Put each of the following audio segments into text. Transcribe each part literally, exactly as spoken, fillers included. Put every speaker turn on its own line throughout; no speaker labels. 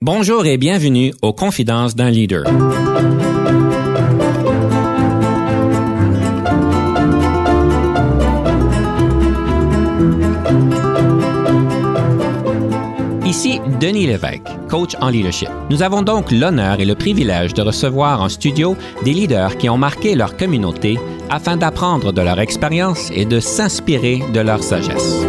Bonjour et bienvenue aux Confidences d'un leader. Ici Denis Lévesque, coach en leadership. Nous avons donc l'honneur et le privilège de recevoir en studio des leaders qui ont marqué leur communauté afin d'apprendre de leur expérience et de s'inspirer de leur sagesse.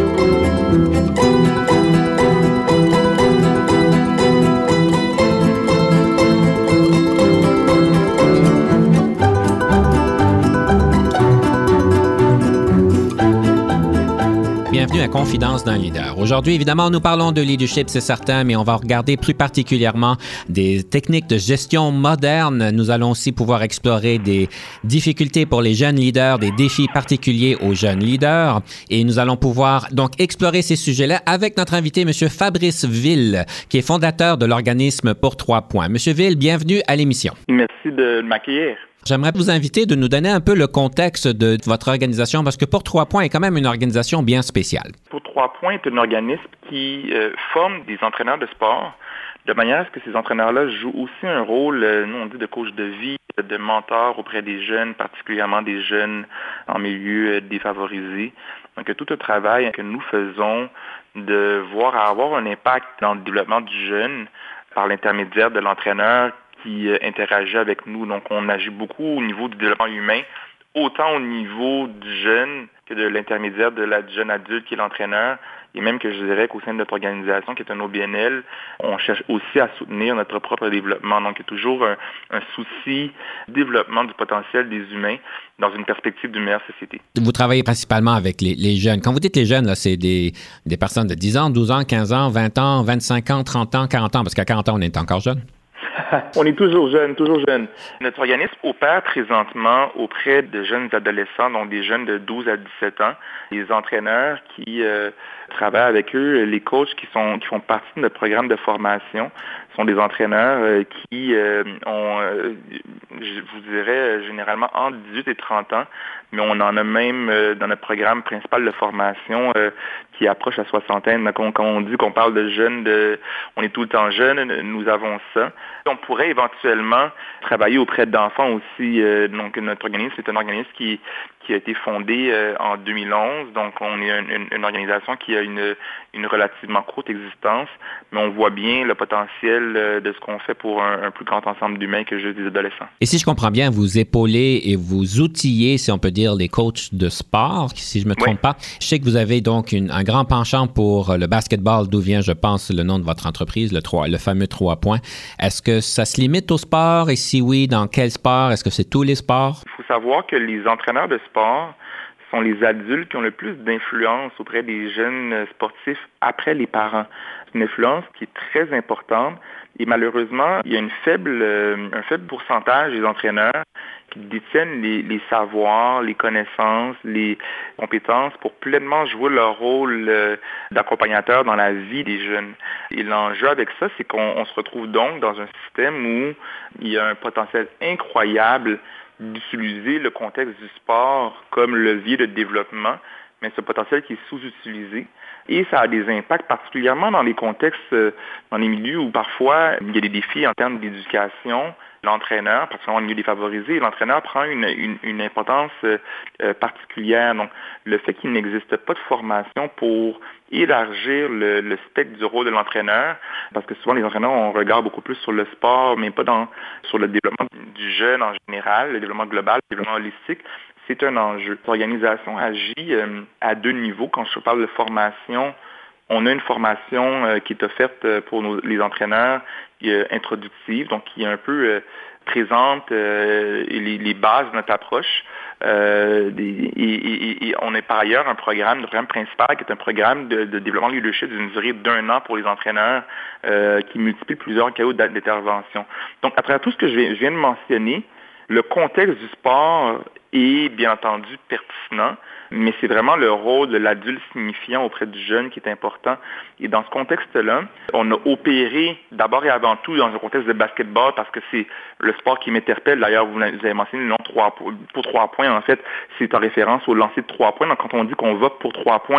Bienvenue à Confidence d'un leader. Aujourd'hui, évidemment, nous parlons de leadership, c'est certain, mais on va regarder plus particulièrement des techniques de gestion modernes. Nous allons aussi pouvoir explorer des difficultés pour les jeunes leaders, des défis particuliers aux jeunes leaders. Et nous allons pouvoir donc explorer ces sujets-là avec notre invité, M. Fabrice Ville, qui est fondateur de l'organisme Pour Trois Points. M. Ville, bienvenue à l'émission.
Merci de m'accueillir.
J'aimerais vous inviter de nous donner un peu le contexte de votre organisation, parce que Pour Trois Points est quand même une organisation bien spéciale.
Pour Trois Points est un organisme qui euh, forme des entraîneurs de sport de manière à ce que ces entraîneurs-là jouent aussi un rôle, euh, nous on dit de coach de vie, de mentor auprès des jeunes, particulièrement des jeunes en milieu euh, défavorisé. Donc tout le travail que nous faisons de voir à avoir un impact dans le développement du jeune par l'intermédiaire de l'entraîneur qui euh, interagit avec nous. Donc, on agit beaucoup au niveau du développement humain, autant au niveau du jeune que de l'intermédiaire de la du jeune adulte qui est l'entraîneur. Et même que je dirais qu'au sein de notre organisation, qui est un O B N L, on cherche aussi à soutenir notre propre développement. Donc, il y a toujours un, un souci de développement du potentiel des humains dans une perspective d'une meilleure société.
Vous travaillez principalement avec les, les jeunes. Quand vous dites les jeunes, là, c'est des, des personnes de dix ans, douze ans, quinze ans, vingt ans, vingt-cinq ans, trente ans, quarante ans, parce qu'à quarante ans, on est encore jeune.
On est toujours jeune, toujours jeune. Notre organisme opère présentement auprès de jeunes adolescents, donc des jeunes de douze à dix-sept ans. Les entraîneurs qui euh, travaillent avec eux, les coachs qui sont qui font partie de notre programme de formation, sont des entraîneurs euh, qui euh, ont, euh, je vous dirais, généralement entre dix-huit et trente ans, mais on en a même euh, dans notre programme principal de formation euh, qui approche la soixantaine. Donc, on, quand on dit qu'on parle de jeunes, de, on est tout le temps jeunes, nous avons ça. On pourrait éventuellement travailler auprès d'enfants aussi. Euh, donc, notre organisme, c'est un organisme qui, qui a été fondé euh, en deux mille onze. Donc, on est une, une, une organisation qui a une, une relativement courte existence, mais on voit bien le potentiel euh, de ce qu'on fait pour un, un plus grand ensemble d'humains que juste des adolescents.
Et si je comprends bien, vous épaulez et vous outillez, si on peut dire, les coachs de sport, si je ne me trompe oui. pas. Je sais que vous avez donc une, un grand penchant pour le basketball, d'où vient, je pense, le nom de votre entreprise, le, trois, le fameux Trois Points. Est-ce que ça se limite au sport? Et si oui, dans quel sport? Est-ce que c'est tous les sports?
Il faut savoir que les entraîneurs de sport sont les adultes qui ont le plus d'influence auprès des jeunes sportifs après les parents. C'est une influence qui est très importante et malheureusement, il y a une faible, euh, un faible pourcentage des entraîneurs qui détiennent les, les savoirs, les connaissances, les compétences pour pleinement jouer leur rôle euh, d'accompagnateur dans la vie des jeunes. Et l'enjeu avec ça, c'est qu'on on se retrouve donc dans un système où il y a un potentiel incroyable d'utiliser le contexte du sport comme levier de développement, mais ce potentiel qui est sous-utilisé. Et ça a des impacts particulièrement dans les contextes, euh, dans les milieux où parfois il y a des défis en termes d'éducation. L'entraîneur, particulièrement au milieu défavorisé, l'entraîneur prend une, une, une importance euh, particulière. Donc, le fait qu'il n'existe pas de formation pour élargir le, le spectre du rôle de l'entraîneur, parce que souvent les entraîneurs, on regarde beaucoup plus sur le sport, mais pas dans sur le développement du jeune en général, le développement global, le développement holistique. C'est un enjeu. L'organisation agit euh, à deux niveaux. Quand je parle de formation, on a une formation euh, qui est offerte pour nos, les entraîneurs euh, introductive, donc qui est un peu euh, présente euh, les, les bases de notre approche. Euh, des, et, et, et on a par ailleurs un programme, le programme principal qui est un programme de, de développement de leadership d'une durée d'un an pour les entraîneurs euh, qui multiplie plusieurs canaux d'intervention. Donc, à travers tout ce que je viens, je viens de mentionner, le contexte du sport est bien entendu pertinent, mais c'est vraiment le rôle de l'adulte signifiant auprès du jeune qui est important. Et dans ce contexte-là, on a opéré d'abord et avant tout dans un contexte de basketball parce que c'est le sport qui m'interpelle. D'ailleurs, vous avez mentionné le nom trois, pour trois points. En fait, c'est en référence au lancer de trois points. Donc, quand on dit qu'on va pour trois points,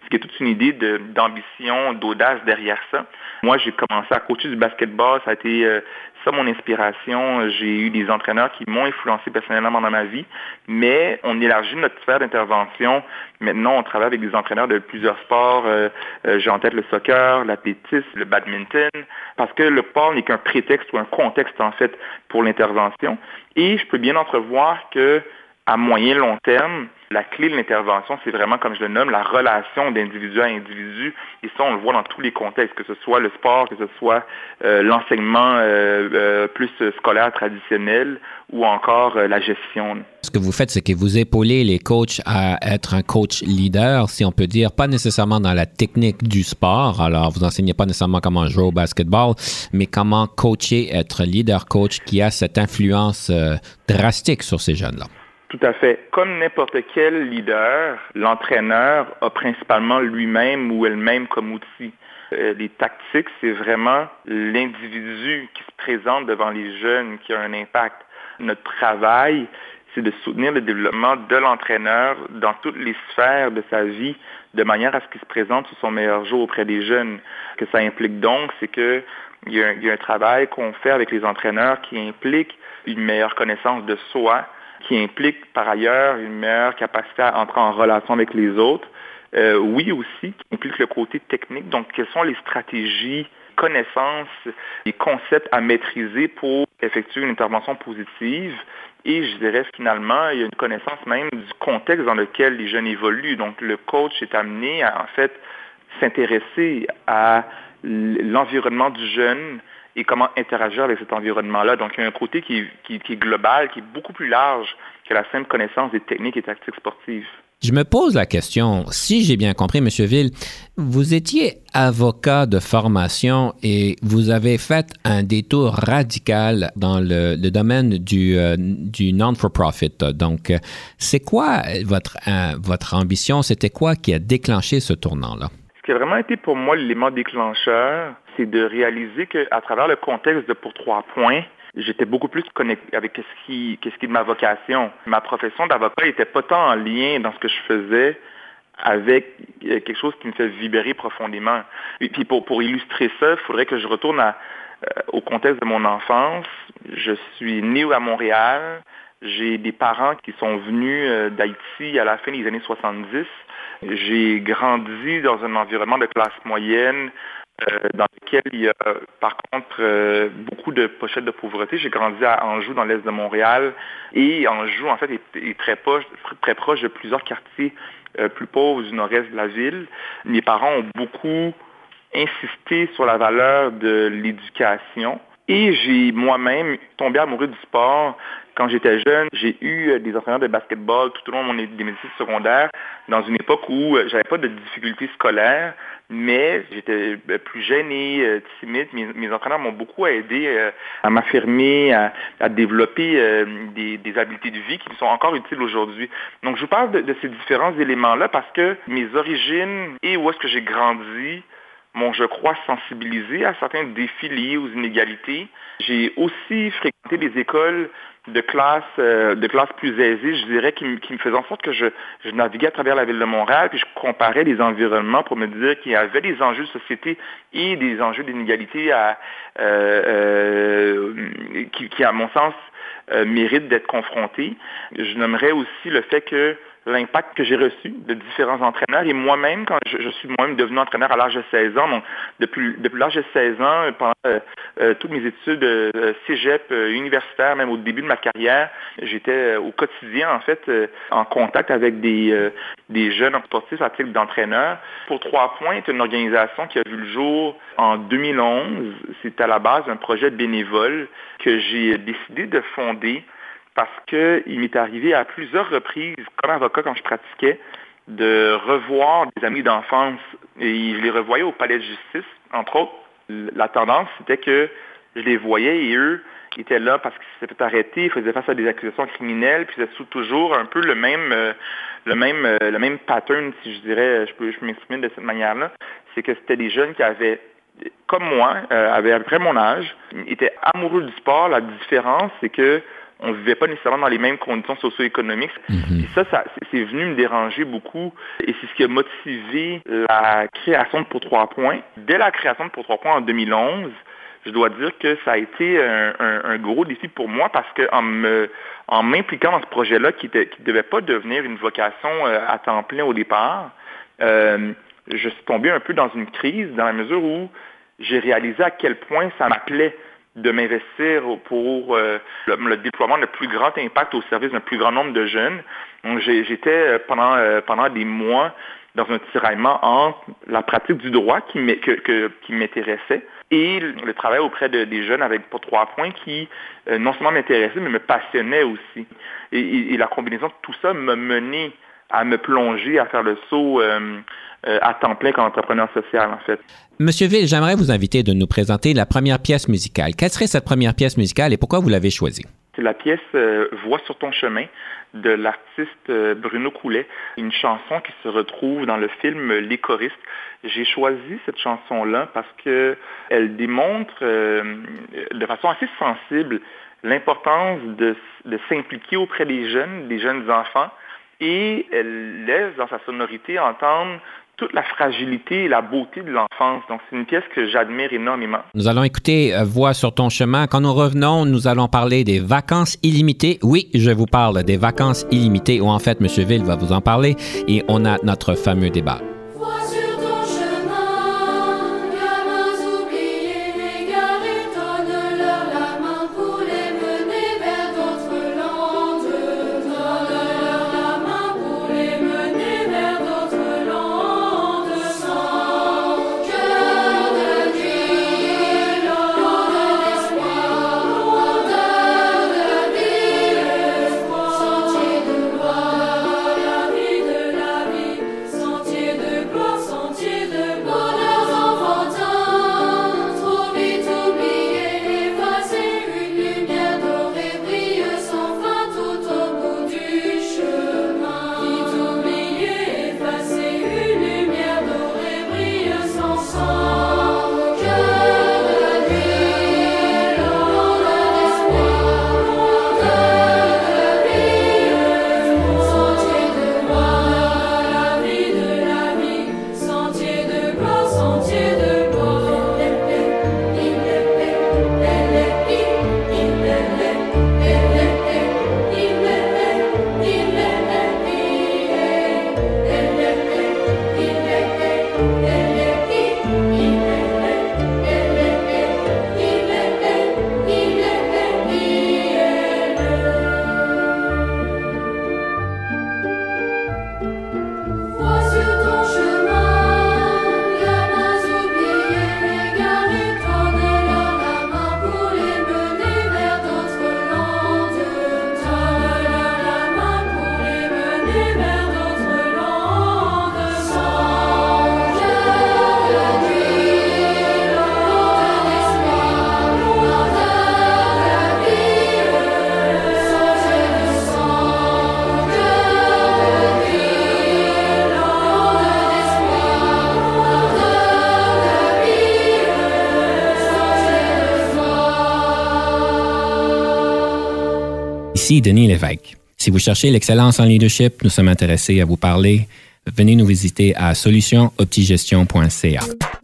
Il y a toute une idée de, d'ambition, d'audace derrière ça. Moi, j'ai commencé à coacher du basketball. Ça a été euh, ça mon inspiration. J'ai eu des entraîneurs qui m'ont influencé personnellement dans ma vie. Mais on élargit notre sphère d'intervention. Maintenant, on travaille avec des entraîneurs de plusieurs sports. Euh, euh, j'ai en tête le soccer, l'athlétisme, le badminton. Parce que le sport n'est qu'un prétexte ou un contexte, en fait, pour l'intervention. Et je peux bien entrevoir que à moyen long terme, la clé de l'intervention, c'est vraiment, comme je le nomme, la relation d'individu à individu. Et ça, on le voit dans tous les contextes, que ce soit le sport, que ce soit euh, l'enseignement euh, euh, plus scolaire traditionnel ou encore euh, la gestion.
Ce que vous faites, c'est que vous épaulez les coachs à être un coach leader, si on peut dire, pas nécessairement dans la technique du sport. Alors, vous enseignez pas nécessairement comment jouer au basketball, mais comment coacher, être leader coach qui a cette influence euh, drastique sur ces jeunes-là.
Tout à fait. Comme n'importe quel leader, l'entraîneur a principalement lui-même ou elle-même comme outil. Euh, les tactiques, c'est vraiment l'individu qui se présente devant les jeunes qui a un impact. Notre travail, c'est de soutenir le développement de l'entraîneur dans toutes les sphères de sa vie, de manière à ce qu'il se présente sous son meilleur jour auprès des jeunes. Ce que ça implique donc, c'est que il y a un, il y a un travail qu'on fait avec les entraîneurs qui implique une meilleure connaissance de soi, qui implique par ailleurs une meilleure capacité à entrer en relation avec les autres. Euh, oui aussi, qui implique le côté technique. Donc, quelles sont les stratégies, connaissances, les concepts à maîtriser pour effectuer une intervention positive. Et je dirais finalement, il y a une connaissance même du contexte dans lequel les jeunes évoluent. Donc, le coach est amené à en fait s'intéresser à l'environnement du jeune et comment interagir avec cet environnement-là. Donc, il y a un côté qui, qui, qui est global, qui est beaucoup plus large que la simple connaissance des techniques et tactiques sportives.
Je me pose la question, si j'ai bien compris, M. Ville, vous étiez avocat de formation et vous avez fait un détour radical dans le, le domaine du, euh, du non-for-profit. Donc, c'est quoi votre, euh, votre ambition? C'était quoi qui a déclenché ce tournant-là?
Ce qui a vraiment été pour moi l'élément déclencheur, c'est de réaliser qu'à travers le contexte de Pour Trois Points, j'étais beaucoup plus connecté avec ce qui, qu'est-ce qui est de ma vocation. Ma profession d'avocat n'était pas tant en lien dans ce que je faisais avec quelque chose qui me fait vibrer profondément. Et puis pour, pour illustrer ça, il faudrait que je retourne à, euh, au contexte de mon enfance. Je suis né à Montréal. J'ai des parents qui sont venus euh, d'Haïti à la fin des années soixante-dix. J'ai grandi dans un environnement de classe moyenne, Euh, dans lequel il y a par contre euh, beaucoup de pochettes de pauvreté. J'ai grandi à Anjou, dans l'est de Montréal, et Anjou, en fait, est, est très, proche, très proche de plusieurs quartiers euh, plus pauvres du nord-est de la ville. Mes parents ont beaucoup insisté sur la valeur de l'éducation, et j'ai moi-même tombé amoureux du sport. Quand j'étais jeune, j'ai eu des entraîneurs de basketball tout au long de mon de mes études secondaires, dans une époque où j'avais pas de difficultés scolaires, mais j'étais plus gêné, timide. Mes, mes entraîneurs m'ont beaucoup aidé à m'affirmer, à, à développer des, des habiletés de vie qui me sont encore utiles aujourd'hui. Donc, je vous parle de, de ces différents éléments-là parce que mes origines et où est-ce que j'ai grandi m'ont, je crois, sensibilisé à certains défis liés aux inégalités. J'ai aussi fréquenté des écoles de classe, euh, de classe plus aisée, je dirais, qui, m- qui me faisaient en sorte que je, je naviguais à travers la ville de Montréal, puis je comparais les environnements pour me dire qu'il y avait des enjeux de société et des enjeux d'inégalité à, euh, euh, qui, qui, à mon sens, euh, méritent d'être confrontés. Je nommerais aussi le fait que l'impact que j'ai reçu de différents entraîneurs et moi-même, quand je, je suis moi-même devenu entraîneur à l'âge de seize ans, donc depuis, depuis l'âge de seize ans, pendant euh, euh, toutes mes études euh, cégep, euh, universitaire, même au début de ma carrière, j'étais euh, au quotidien, en fait, euh, en contact avec des, euh, des jeunes sportifs à titre d'entraîneur. Pour Trois Points, c'est une organisation qui a vu le jour en deux mille onze. C'est à la base un projet bénévole que j'ai décidé de fonder parce qu'il m'est arrivé à plusieurs reprises, comme avocat quand je pratiquais, de revoir des amis d'enfance. Et je les revoyais au palais de justice, entre autres. La tendance, c'était que je les voyais et eux étaient là parce qu'ils s'étaient fait arrêter, ils faisaient face à des accusations criminelles, puis c'était sous toujours un peu le même, euh, le même, euh, le même pattern, si je dirais, je peux, je peux m'exprimer de cette manière-là. C'est que c'était des jeunes qui avaient, comme moi, euh, avaient à peu près mon âge, étaient amoureux du sport. La différence, c'est que on vivait pas nécessairement dans les mêmes conditions socio-économiques. Mm-hmm. Puis ça, ça, c'est venu me déranger beaucoup. Et c'est ce qui a motivé la création de Pour trois points. Dès la création de Pour trois points en deux mille onze, je dois dire que ça a été un, un, un gros défi pour moi parce que en me, en m'impliquant dans ce projet-là qui ne qui devait pas devenir une vocation euh, à temps plein au départ, euh, je suis tombé un peu dans une crise dans la mesure où j'ai réalisé à quel point ça m'appelait de m'investir pour euh, le, le déploiement de plus grand impact au service d'un plus grand nombre de jeunes. Donc j'ai, j'étais pendant, euh, pendant des mois dans un tiraillement entre la pratique du droit qui, m'est, que, que, qui m'intéressait et le travail auprès de, des jeunes avec Pour trois points qui euh, non seulement m'intéressait, mais me passionnait aussi. Et, et, et la combinaison de tout ça m'a mené à me plonger, à faire le saut euh, euh, à temps plein comme entrepreneur social, en fait.
Monsieur Ville, j'aimerais vous inviter de nous présenter la première pièce musicale. Quelle serait cette première pièce musicale et pourquoi vous l'avez choisie?
C'est la pièce euh, « Voix sur ton chemin » de l'artiste euh, Bruno Coulet, une chanson qui se retrouve dans le film Les choristes. J'ai choisi cette chanson-là parce qu'elle démontre euh, de façon assez sensible l'importance de, de s'impliquer auprès des jeunes, des jeunes enfants, et elle laisse dans sa sonorité entendre toute la fragilité et la beauté de l'enfance. Donc, c'est une pièce que j'admire énormément.
Nous allons écouter euh, Voix sur ton chemin. Quand nous revenons, nous allons parler des vacances illimitées. Oui, je vous parle des vacances illimitées, ou en fait, M. Ville va vous en parler, et on a notre fameux débat. Ici Denis Lévesque. Si vous cherchez l'excellence en leadership, nous sommes intéressés à vous parler. Venez nous visiter à solution optigestion point c a.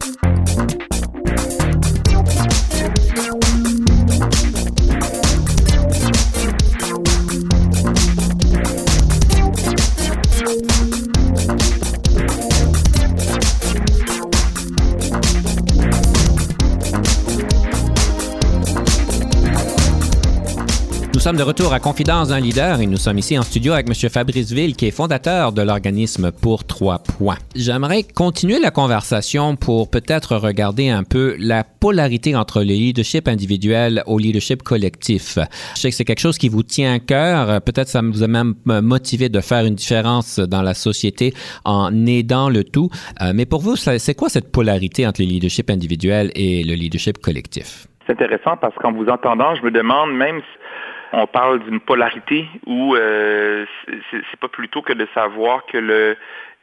Nous sommes de retour à Confidence d'un leader et nous sommes ici en studio avec M. Fabrice Ville, qui est fondateur de l'organisme Pour trois points. J'aimerais continuer la conversation pour peut-être regarder un peu la polarité entre le leadership individuel au leadership collectif. Je sais que c'est quelque chose qui vous tient à cœur. Peut-être ça vous a même motivé de faire une différence dans la société en aidant le tout. Mais pour vous, c'est quoi cette polarité entre le leadership individuel et le leadership collectif?
C'est intéressant parce qu'en vous entendant, je me demande même si on parle d'une polarité ou euh, c'est, c'est pas plutôt que de savoir que le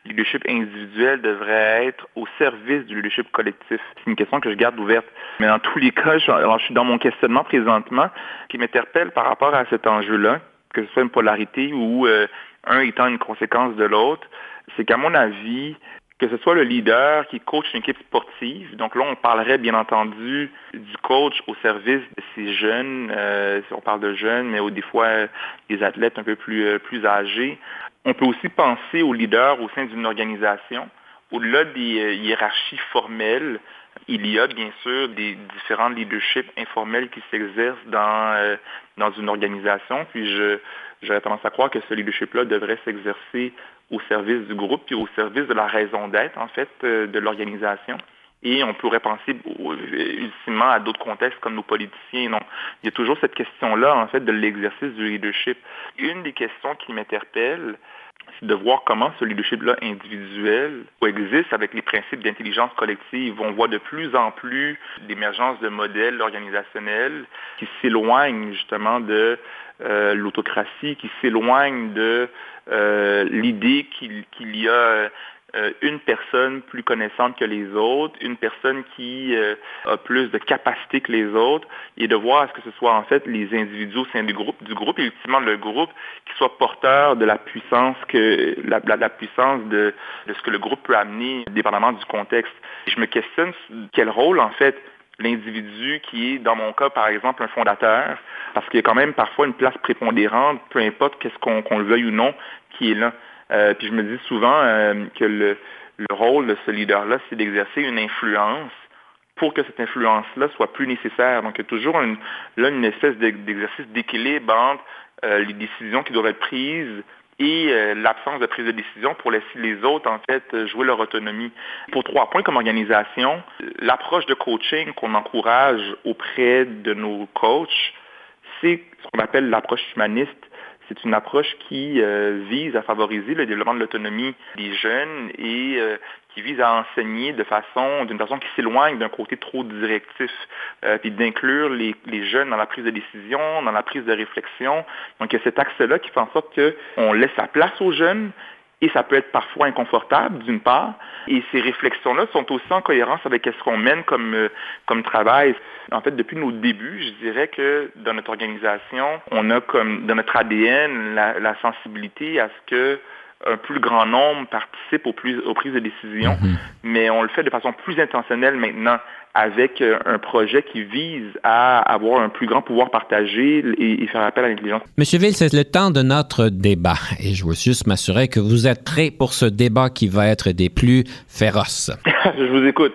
le leadership individuel devrait être au service du leadership collectif? C'est une question que je garde ouverte. Mais dans tous les cas, je, alors, je suis dans mon questionnement présentement qui m'interpelle par rapport à cet enjeu-là, que ce soit une polarité ou euh, un étant une conséquence de l'autre. C'est qu'à mon avis, que ce soit le leader qui coach une équipe sportive, donc là, on parlerait bien entendu du coach au service de ces jeunes, euh, si on parle de jeunes, mais des fois des athlètes un peu plus, euh, plus âgés. On peut aussi penser au leader au sein d'une organisation. Au-delà des euh, hiérarchies formelles, il y a bien sûr des différents leaderships informels qui s'exercent dans, euh, dans une organisation. Puis je, j'aurais tendance à croire que ce leadership-là devrait s'exercer au service du groupe puis au service de la raison d'être, en fait, euh, de l'organisation. Et on pourrait penser euh, ultimement à d'autres contextes comme nos politiciens. Non, il y a toujours cette question-là, en fait, de l'exercice du leadership. Une des questions qui m'interpelle, c'est de voir comment ce leadership-là individuel coexiste avec les principes d'intelligence collective. On voit de plus en plus l'émergence de modèles organisationnels qui s'éloignent justement de euh, l'autocratie, qui s'éloignent de euh, l'idée qu'il, qu'il y a euh, une personne plus connaissante que les autres, une personne qui euh, a plus de capacité que les autres, et de voir à ce que ce soit en fait les individus au sein du groupe, du groupe et ultimement le groupe qui soit porteur de la puissance que la, la, la puissance de, de ce que le groupe peut amener, dépendamment du contexte. Et je me questionne quel rôle en fait l'individu qui est, dans mon cas, par exemple, un fondateur, parce qu'il y a quand même parfois une place prépondérante, peu importe qu'est-ce qu'on, qu'on le veuille ou non, qui est là. Euh, puis je me dis souvent euh, que le, le rôle de ce leader-là, c'est d'exercer une influence pour que cette influence-là soit plus nécessaire. Donc, il y a toujours une, là une espèce d'exercice d'équilibre entre euh, les décisions qui doivent être prises et euh, l'absence de prise de décision pour laisser les autres, en fait, jouer leur autonomie. Pour trois points comme organisation, l'approche de coaching qu'on encourage auprès de nos coachs, c'est ce qu'on appelle l'approche humaniste. C'est une approche qui euh, vise à favoriser le développement de l'autonomie des jeunes et euh, qui vise à enseigner de façon, d'une façon qui s'éloigne d'un côté trop directif, euh, puis d'inclure les, les jeunes dans la prise de décision, dans la prise de réflexion. Donc, il y a cet axe-là qui fait en sorte qu'on laisse la place aux jeunes, et ça peut être parfois inconfortable, d'une part, et ces réflexions-là sont aussi en cohérence avec ce qu'on mène comme, euh, comme travail. En fait, depuis nos débuts, je dirais que dans notre organisation, on a comme dans notre A D N la, la sensibilité à ce que un plus grand nombre participe aux, plus, aux prises de décision, mm-hmm. mais on le fait de façon plus intentionnelle maintenant avec un projet qui vise à avoir un plus grand pouvoir partagé et, et faire appel à l'intelligence.
Monsieur Ville, c'est le temps de notre débat et je veux juste m'assurer que vous êtes prêt pour ce débat qui va être des plus féroces.
Je vous écoute.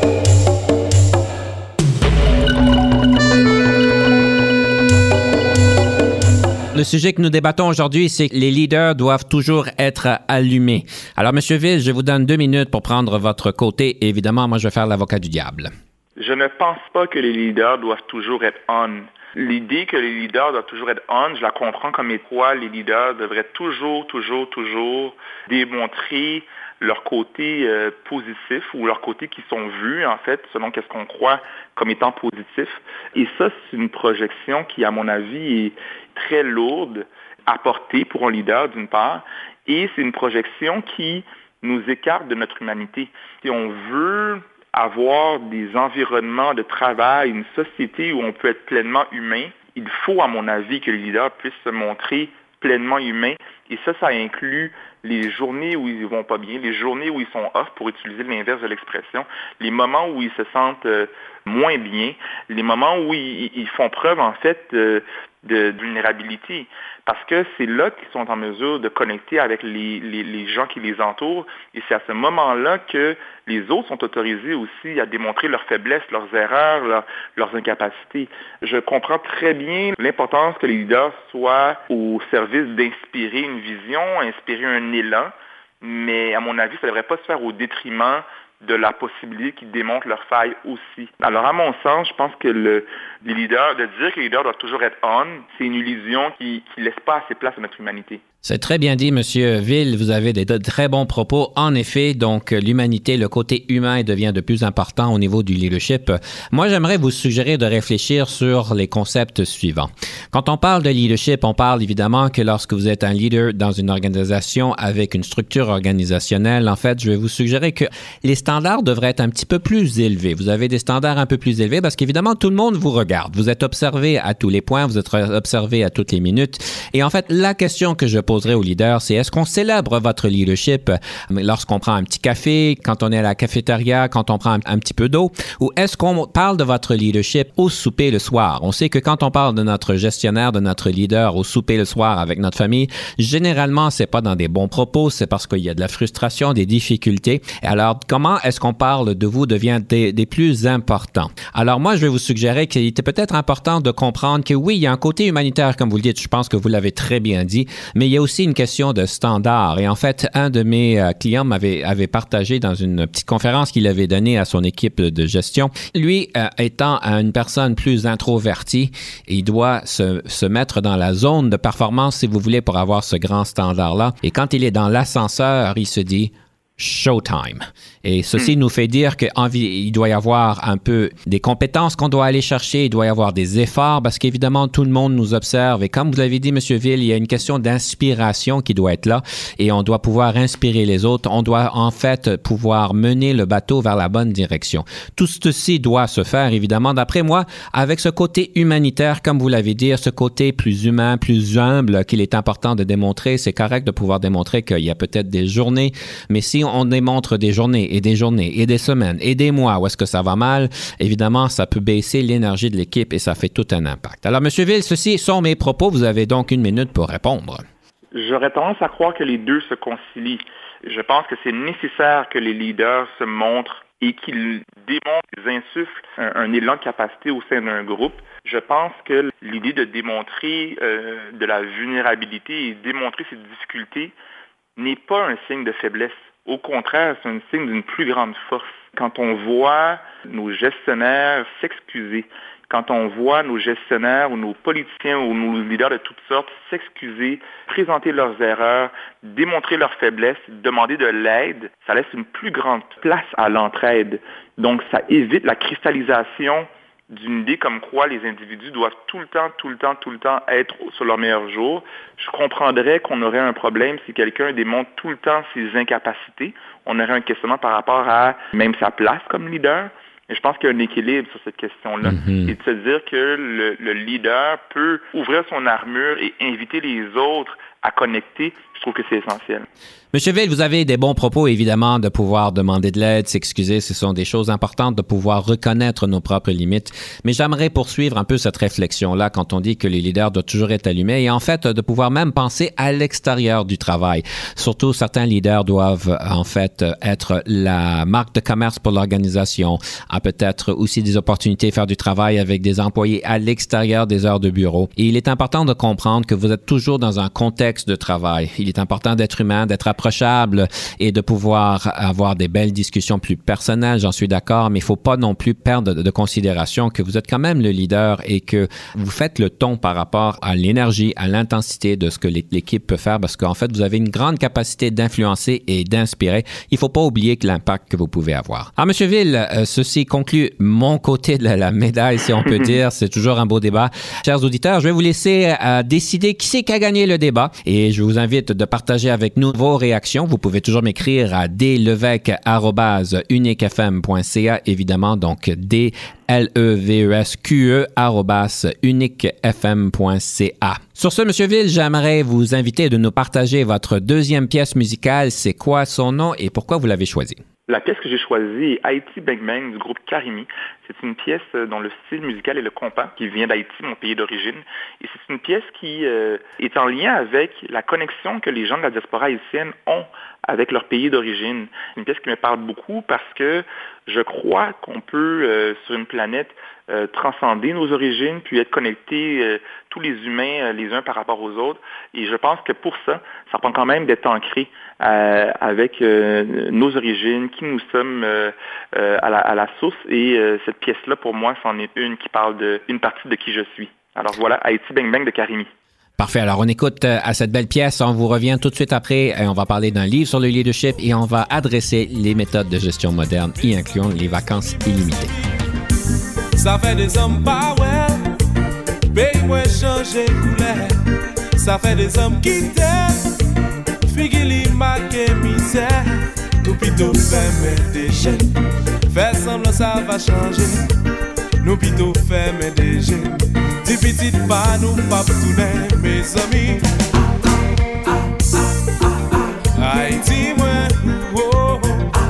Le sujet que nous débattons aujourd'hui, c'est que les leaders doivent toujours être allumés. Alors, Monsieur Ville, je vous donne deux minutes pour prendre votre côté. Et évidemment, moi, je vais faire l'avocat du diable.
Je ne pense pas que les leaders doivent toujours être on. L'idée que les leaders doivent toujours être on, je la comprends comme quoi les leaders devraient toujours, toujours, toujours démontrer leur côté euh, positif ou leur côté qui sont vus, en fait, selon qu'est-ce qu'on croit comme étant positif. Et ça, c'est une projection qui, à mon avis, est très lourde à porter pour un leader, d'une part, et c'est une projection qui nous écarte de notre humanité. Si on veut avoir des environnements de travail, une société où on peut être pleinement humain, il faut, à mon avis, que les leaders puissent se montrer pleinement humains. Et ça, ça inclut les journées où ils vont pas bien, les journées où ils sont off, pour utiliser l'inverse de l'expression, les moments où ils se sentent euh, moins bien, les moments où ils, ils font preuve, en fait, euh, de, de vulnérabilité. Parce que c'est là qu'ils sont en mesure de connecter avec les, les, les gens qui les entourent. Et c'est à ce moment-là que les autres sont autorisés aussi à démontrer leurs faiblesses, leurs erreurs, leur, leurs incapacités. Je comprends très bien l'importance que les leaders soient au service d'inspirer une vision, inspirer un élan. Mais à mon avis, ça ne devrait pas se faire au détriment de la possibilité qu'ils démontrent leurs failles aussi. Alors, à mon sens, je pense que le, les leaders, de dire que les leaders doivent toujours être on, c'est une illusion qui ne laisse pas assez place à notre humanité.
C'est très bien dit, Monsieur Ville. Vous avez des de très bons propos. En effet, donc l'humanité, le côté humain devient de plus important au niveau du leadership. Moi, j'aimerais vous suggérer de réfléchir sur les concepts suivants. Quand on parle de leadership, on parle évidemment que lorsque vous êtes un leader dans une organisation avec une structure organisationnelle, en fait, je vais vous suggérer que les standards devraient être un petit peu plus élevés. Vous avez des standards un peu plus élevés parce qu'évidemment, tout le monde vous regarde. Vous êtes observé à tous les points, vous êtes observé à toutes les minutes. Et en fait, la question que je poserai aux leaders, c'est est-ce qu'on célèbre votre leadership lorsqu'on prend un petit café, quand on est à la cafétéria, quand on prend un, un petit peu d'eau, ou est-ce qu'on parle de votre leadership au souper le soir? On sait que quand on parle de notre gestionnaire, de notre leader au souper le soir avec notre famille, généralement, c'est pas dans des bons propos, c'est parce qu'il y a de la frustration, des difficultés. Alors, comment est-ce qu'on parle de vous devient des, des plus importants? Alors, moi, je vais vous suggérer qu'il était peut-être important de comprendre que oui, il y a un côté humanitaire, comme vous le dites, je pense que vous l'avez très bien dit, mais il y a aussi une question de standard. Et en fait, un de mes euh, clients m'avait avait partagé dans une petite conférence qu'il avait donnée à son équipe de gestion. Lui, euh, étant une personne plus introvertie, il doit se, se mettre dans la zone de performance, si vous voulez, pour avoir ce grand standard-là. Et quand il est dans l'ascenseur, il se dit showtime. Et ceci mmh. nous fait dire qu'il doit y avoir un peu des compétences qu'on doit aller chercher, il doit y avoir des efforts parce qu'évidemment, tout le monde nous observe. Et comme vous l'avez dit, M. Ville, il y a une question d'inspiration qui doit être là et on doit pouvoir inspirer les autres. On doit en fait pouvoir mener le bateau vers la bonne direction. Tout ceci doit se faire, évidemment, d'après moi, avec ce côté humanitaire, comme vous l'avez dit, ce côté plus humain, plus humble qu'il est important de démontrer. C'est correct de pouvoir démontrer qu'il y a peut-être des journées, mais si on démontre des journées et des journées et des semaines et des mois où est-ce que ça va mal, évidemment, ça peut baisser l'énergie de l'équipe et ça fait tout un impact. Alors, M. Ville, ceci sont mes propos. Vous avez donc une minute pour répondre.
J'aurais tendance à croire que les deux se concilient. Je pense que c'est nécessaire que les leaders se montrent et qu'ils démontrent, qu'ils insufflent un, un élan de capacité au sein d'un groupe. Je pense que l'idée de démontrer euh, de la vulnérabilité et démontrer ses difficultés n'est pas un signe de faiblesse. Au contraire, c'est un signe d'une plus grande force. Quand on voit nos gestionnaires s'excuser, quand on voit nos gestionnaires ou nos politiciens ou nos leaders de toutes sortes s'excuser, présenter leurs erreurs, démontrer leurs faiblesses, demander de l'aide, ça laisse une plus grande place à l'entraide. Donc, ça évite la cristallisation d'une idée comme quoi les individus doivent tout le temps, tout le temps, tout le temps être sur leur meilleur jour. Je comprendrais qu'on aurait un problème si quelqu'un démontre tout le temps ses incapacités. On aurait un questionnement par rapport à même sa place comme leader. Et je pense qu'il y a un équilibre sur cette question-là. Mm-hmm. Et de se dire que le, le leader peut ouvrir son armure et inviter les autres à connecter, je trouve que c'est essentiel.
Monsieur Ville, vous avez des bons propos, évidemment, de pouvoir demander de l'aide, s'excuser. Ce sont des choses importantes de pouvoir reconnaître nos propres limites. Mais j'aimerais poursuivre un peu cette réflexion-là quand on dit que les leaders doivent toujours être allumés et en fait, de pouvoir même penser à l'extérieur du travail. Surtout, certains leaders doivent en fait être la marque de commerce pour l'organisation, à peut-être aussi des opportunités, faire du travail avec des employés à l'extérieur des heures de bureau. Et il est important de comprendre que vous êtes toujours dans un contexte de travail. Il est important d'être humain, d'être approchable et de pouvoir avoir des belles discussions plus personnelles, j'en suis d'accord, mais il ne faut pas non plus perdre de, de considération que vous êtes quand même le leader et que vous faites le ton par rapport à l'énergie, à l'intensité de ce que l'équipe peut faire parce qu'en fait, vous avez une grande capacité d'influencer et d'inspirer. Il ne faut pas oublier que l'impact que vous pouvez avoir. Alors, M. Ville, euh, ceci conclut mon côté de la, la médaille, si on peut dire. C'est toujours un beau débat. Chers auditeurs, je vais vous laisser euh, décider qui c'est qui a gagné le débat et je vous invite de partager avec nous vos réactions. Vous pouvez toujours m'écrire à d levesque arobase unique f m point c a, évidemment, donc d l e v e s q e arobase unique f m point c a. Sur ce, M. Ville, j'aimerais vous inviter de nous partager votre deuxième pièce musicale. C'est quoi son nom et pourquoi vous l'avez choisie?
La pièce que j'ai choisie est Haïti Bang Bang du groupe Karimi. C'est une pièce dont le style musical est le compas, qui vient d'Haïti, mon pays d'origine. Et c'est une pièce qui euh, est en lien avec la connexion que les gens de la diaspora haïtienne ont avec leur pays d'origine. C'est une pièce qui me parle beaucoup parce que je crois qu'on peut, euh, sur une planète, euh, transcender nos origines, puis être connectés, euh, tous les humains, euh, les uns par rapport aux autres. Et je pense que pour ça, ça prend quand même d'être ancré euh, avec euh, nos origines, qui nous sommes euh, euh, à, la, à la source. Et euh, cette pièce-là, pour moi, c'en est une qui parle de une partie de qui je suis. Alors voilà, Haïti Bang Bang de Karimi.
Parfait. Alors, on écoute euh, à cette belle pièce. On vous revient tout de suite après et on va parler d'un livre sur le leadership et on va adresser les méthodes de gestion moderne y incluant les vacances illimitées.
Ça fait des hommes pas ouais, pays moi changer couleur. Ça fait des hommes qui t'aiment, figili marqué misère. Nous plutôt fermer des jeunes, faire semblant ça va changer. Nous plutôt fermer des jeunes, des petites pas nous pas tourner mes amis. Haïti moi, oh,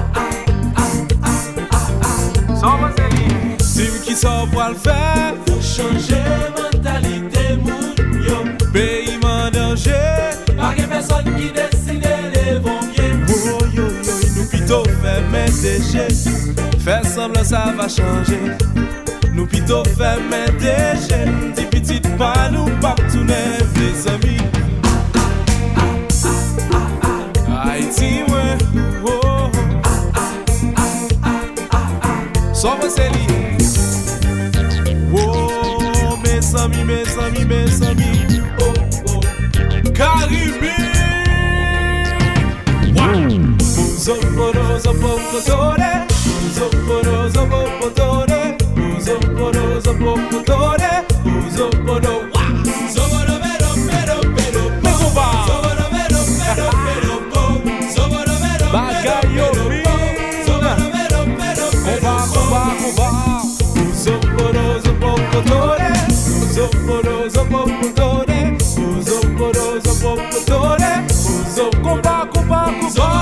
c'est qui sort pour le faire. Faut changer mentalité moun yo. Pays en danger, pas que personne qui décide les bons bien. Oh yo yo, nous plutôt fermer des jeunes, faire semblant ça va changer. Nous plutôt fermer des jeunes, des petites pas nous pas tourner les amis. Haïti ouais, oh, sans c'est lié. Oh, mes amis, mes amis, mes amis. Oh, oh, Caribbean. Uzoporo, zopopotore. Uzoporo, zopopotore. Uzoporo, zopopotore. Uzoporo, wa. Zoporo, pero, pero, pero, po. Zoporo, pero, pero, pero, po. Zoporo, pero, pero, pero, po. Zoporo, pero, pero, pero, po. Uzoporo, zopopotore. Uzoporo, zopopotore. Uzoporo, zopopotore. Uzoporo, compa, compa, compa.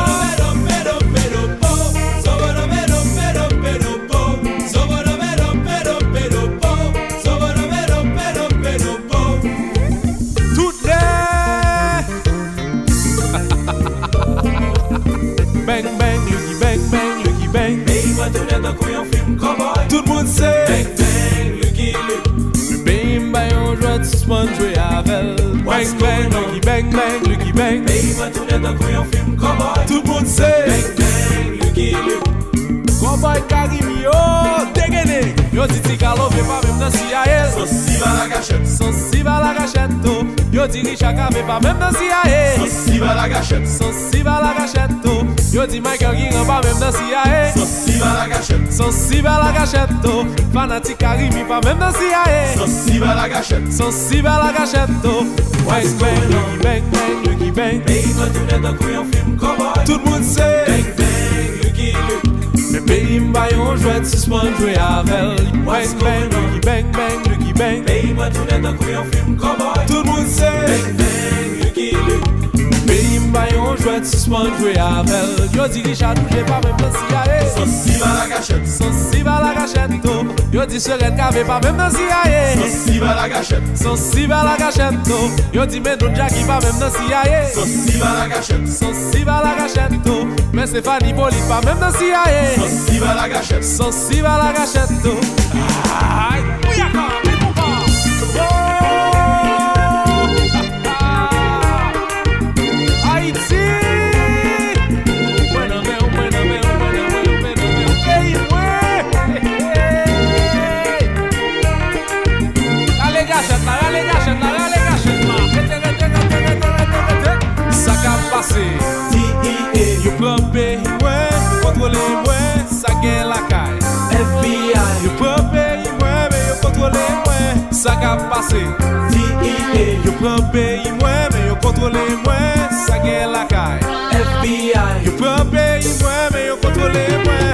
Tout le monde sait bang bang, Lucky Luke. Le bang bang, on joue de suspendre jouer avec. Bang bang, Lucky bang bang, Lucky bang. Tout le monde sait bang bang, Lucky Luke. Cowboy Caribbean, dégainé. Yo dit Ticalo fait pas même dans C I A. Son si va la gâchette, son si va la gâchette. Yo dit Richard fait pas même dans C I A. Son si va la gâchette, son si va la gâchette. Yo dit Michael King pas même dans C I A. Son si va la gâchette, son si va la gâchette. Fanatique Caribbean pas même dans C I A. Son si va la gâchette, son si va la gâchette. Bang bang, Lucky bang bang, Lucky bang. Pays va tourner dans couillon film cowboy. Tout le monde sait bang bang, Lucky Luke. Le pays m'baillon jouet suspend jouer avec. Bang bang, Lucky bang bang, Lucky bang. Pays va tourner dans couillon film cowboy. Tout le monde sait bang bang, Lucky Luke. Pays m'baillon jouet suspend jouer avec. Yo dit Richard j'ai pas même dans C I A. Son si va la gâchette, son si va la gâchette. Yo dit Seren Kave pas même dans C I A. Son si va la gâchette, son si va la gâchette. Yo dit Medon Jackie pas même dans C I A. Son si va la gâchette, son si va la gâchette. Mais c'est Fanny Bolide pas même dans C I A. Son si va la gâchette, son si va la gâchette. Aïe, oui encore, mais bon pas. T I A, you plan pays, ouais, contrôlez, ouais, ça gagne la caille. F B I, you plan pays, ouais, mais you contrôlez, ouais, ça qu'a passé. T I A, you plan pays, ouais, mais you contrôlez, ouais, ça gagne la caille. F B I, you plan pays, ouais, mais you contrôlez, ouais.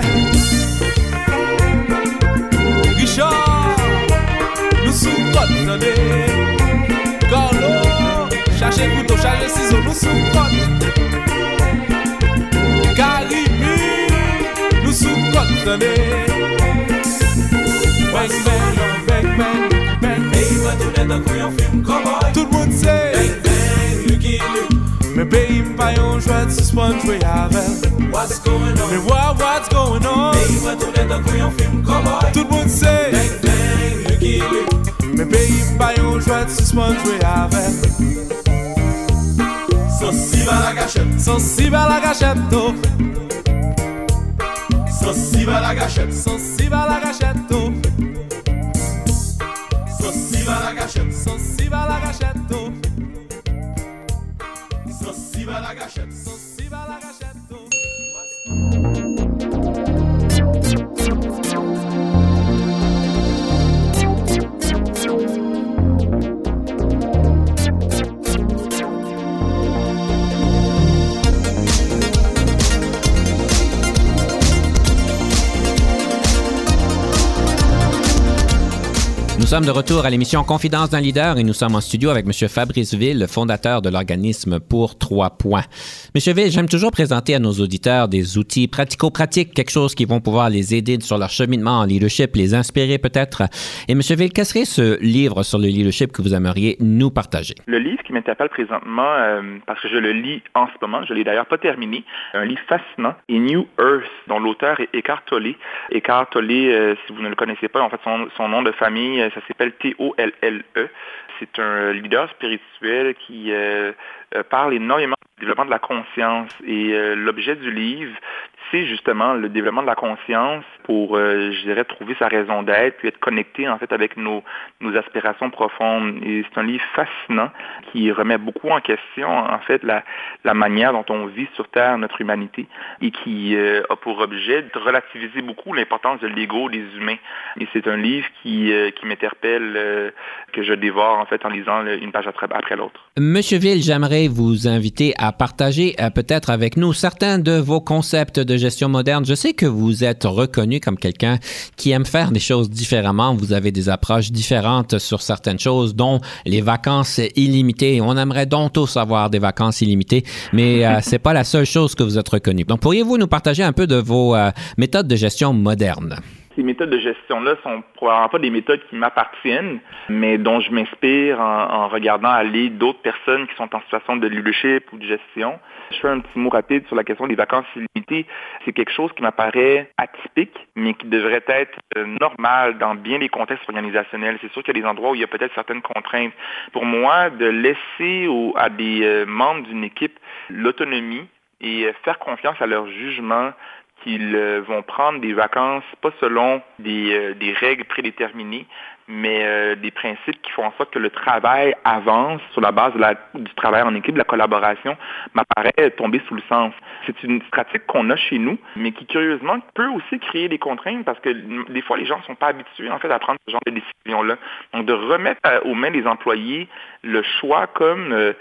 Richard, nous sous-côte, attendez. Carlo, cherchez couteau, cherchez ciseaux, nous sous-côte. Caribbean, nous sous-côte, attendez. Bang bang, bang bang, bang. Pays va tourner dans couillon film cowboy. Tout le monde sait bang bang, Lucky Luke. Mais pays m'paillon jouet suspend jouer avec. What's going on? Mais what, what's going on? Pays va tourner dans couillon film cowboy. Tout le monde sait bang bang, Lucky Luke. Mais pays m'paillon jouet suspend jouer avec. Son si va la gâchette, son si va la gâchette. Son si va la gâchette, son si va la gâchette. Son si va la gâchette, son si va la gâchette.
sommes de retour à l'émission Confidence d'un leader et nous sommes en studio avec M. Fabrice Ville, fondateur de l'organisme Pour Trois Points. M. Ville, j'aime toujours présenter à nos auditeurs des outils pratico-pratiques, quelque chose qui vont pouvoir les aider sur leur cheminement en leadership, les inspirer peut-être. Et M. Ville, quel serait ce livre sur le leadership que vous aimeriez nous partager?
Le livre qui m'interpelle présentement, euh, parce que je le lis en ce moment, je l'ai d'ailleurs pas terminé, un livre fascinant, est New Earth, dont l'auteur est Eckhart Tolle. Eckhart Tolle, euh, si vous ne le connaissez pas, en fait, son, son nom de famille, ça s'appelle T O L L E. C'est un leader spirituel qui euh, euh, parle énormément du développement de la conscience. Et euh, l'objet du livre, c'est justement le développement de la conscience pour, euh, je dirais, trouver sa raison d'être, puis être connecté, en fait, avec nos, nos aspirations profondes. Et c'est un livre fascinant qui remet beaucoup en question, en fait, la, la manière dont on vit sur Terre, notre humanité, et qui euh, a pour objet de relativiser beaucoup l'importance de l'ego des humains. Et c'est un livre qui, euh, qui m'interpelle, euh, que je dévore, en fait, en lisant une page après, après l'autre.
Monsieur Ville, j'aimerais vous inviter à partager euh, peut-être avec nous certains de vos concepts de gestion moderne. Je sais que vous êtes reconnu comme quelqu'un qui aime faire des choses différemment. Vous avez des approches différentes sur certaines choses, dont les vacances illimitées. On aimerait donc tous avoir des vacances illimitées, mais euh, c'est pas la seule chose que vous êtes reconnu. Donc, pourriez-vous nous partager un peu de vos euh, méthodes de gestion modernes?
Ces méthodes de gestion-là sont probablement pas des méthodes qui m'appartiennent, mais dont je m'inspire en, en regardant aller d'autres personnes qui sont en situation de leadership ou de gestion. Je fais un petit mot rapide sur la question des vacances illimitées. C'est quelque chose qui m'apparaît atypique, mais qui devrait être euh, normal dans bien des contextes organisationnels. C'est sûr qu'il y a des endroits où il y a peut-être certaines contraintes. Pour moi, de laisser au, à des euh, membres d'une équipe l'autonomie et euh, faire confiance à leur jugement, qu'ils euh, vont prendre des vacances, pas selon des, euh, des règles prédéterminées, mais euh, des principes qui font en sorte que le travail avance sur la base de la, du travail en équipe, de la collaboration, m'apparaît tomber sous le sens. C'est une pratique qu'on a chez nous, mais qui, curieusement, peut aussi créer des contraintes parce que des fois, les gens ne sont pas habitués, en fait, à prendre ce genre de décision-là. Donc, de remettre à, aux mains des employés le choix comme euh,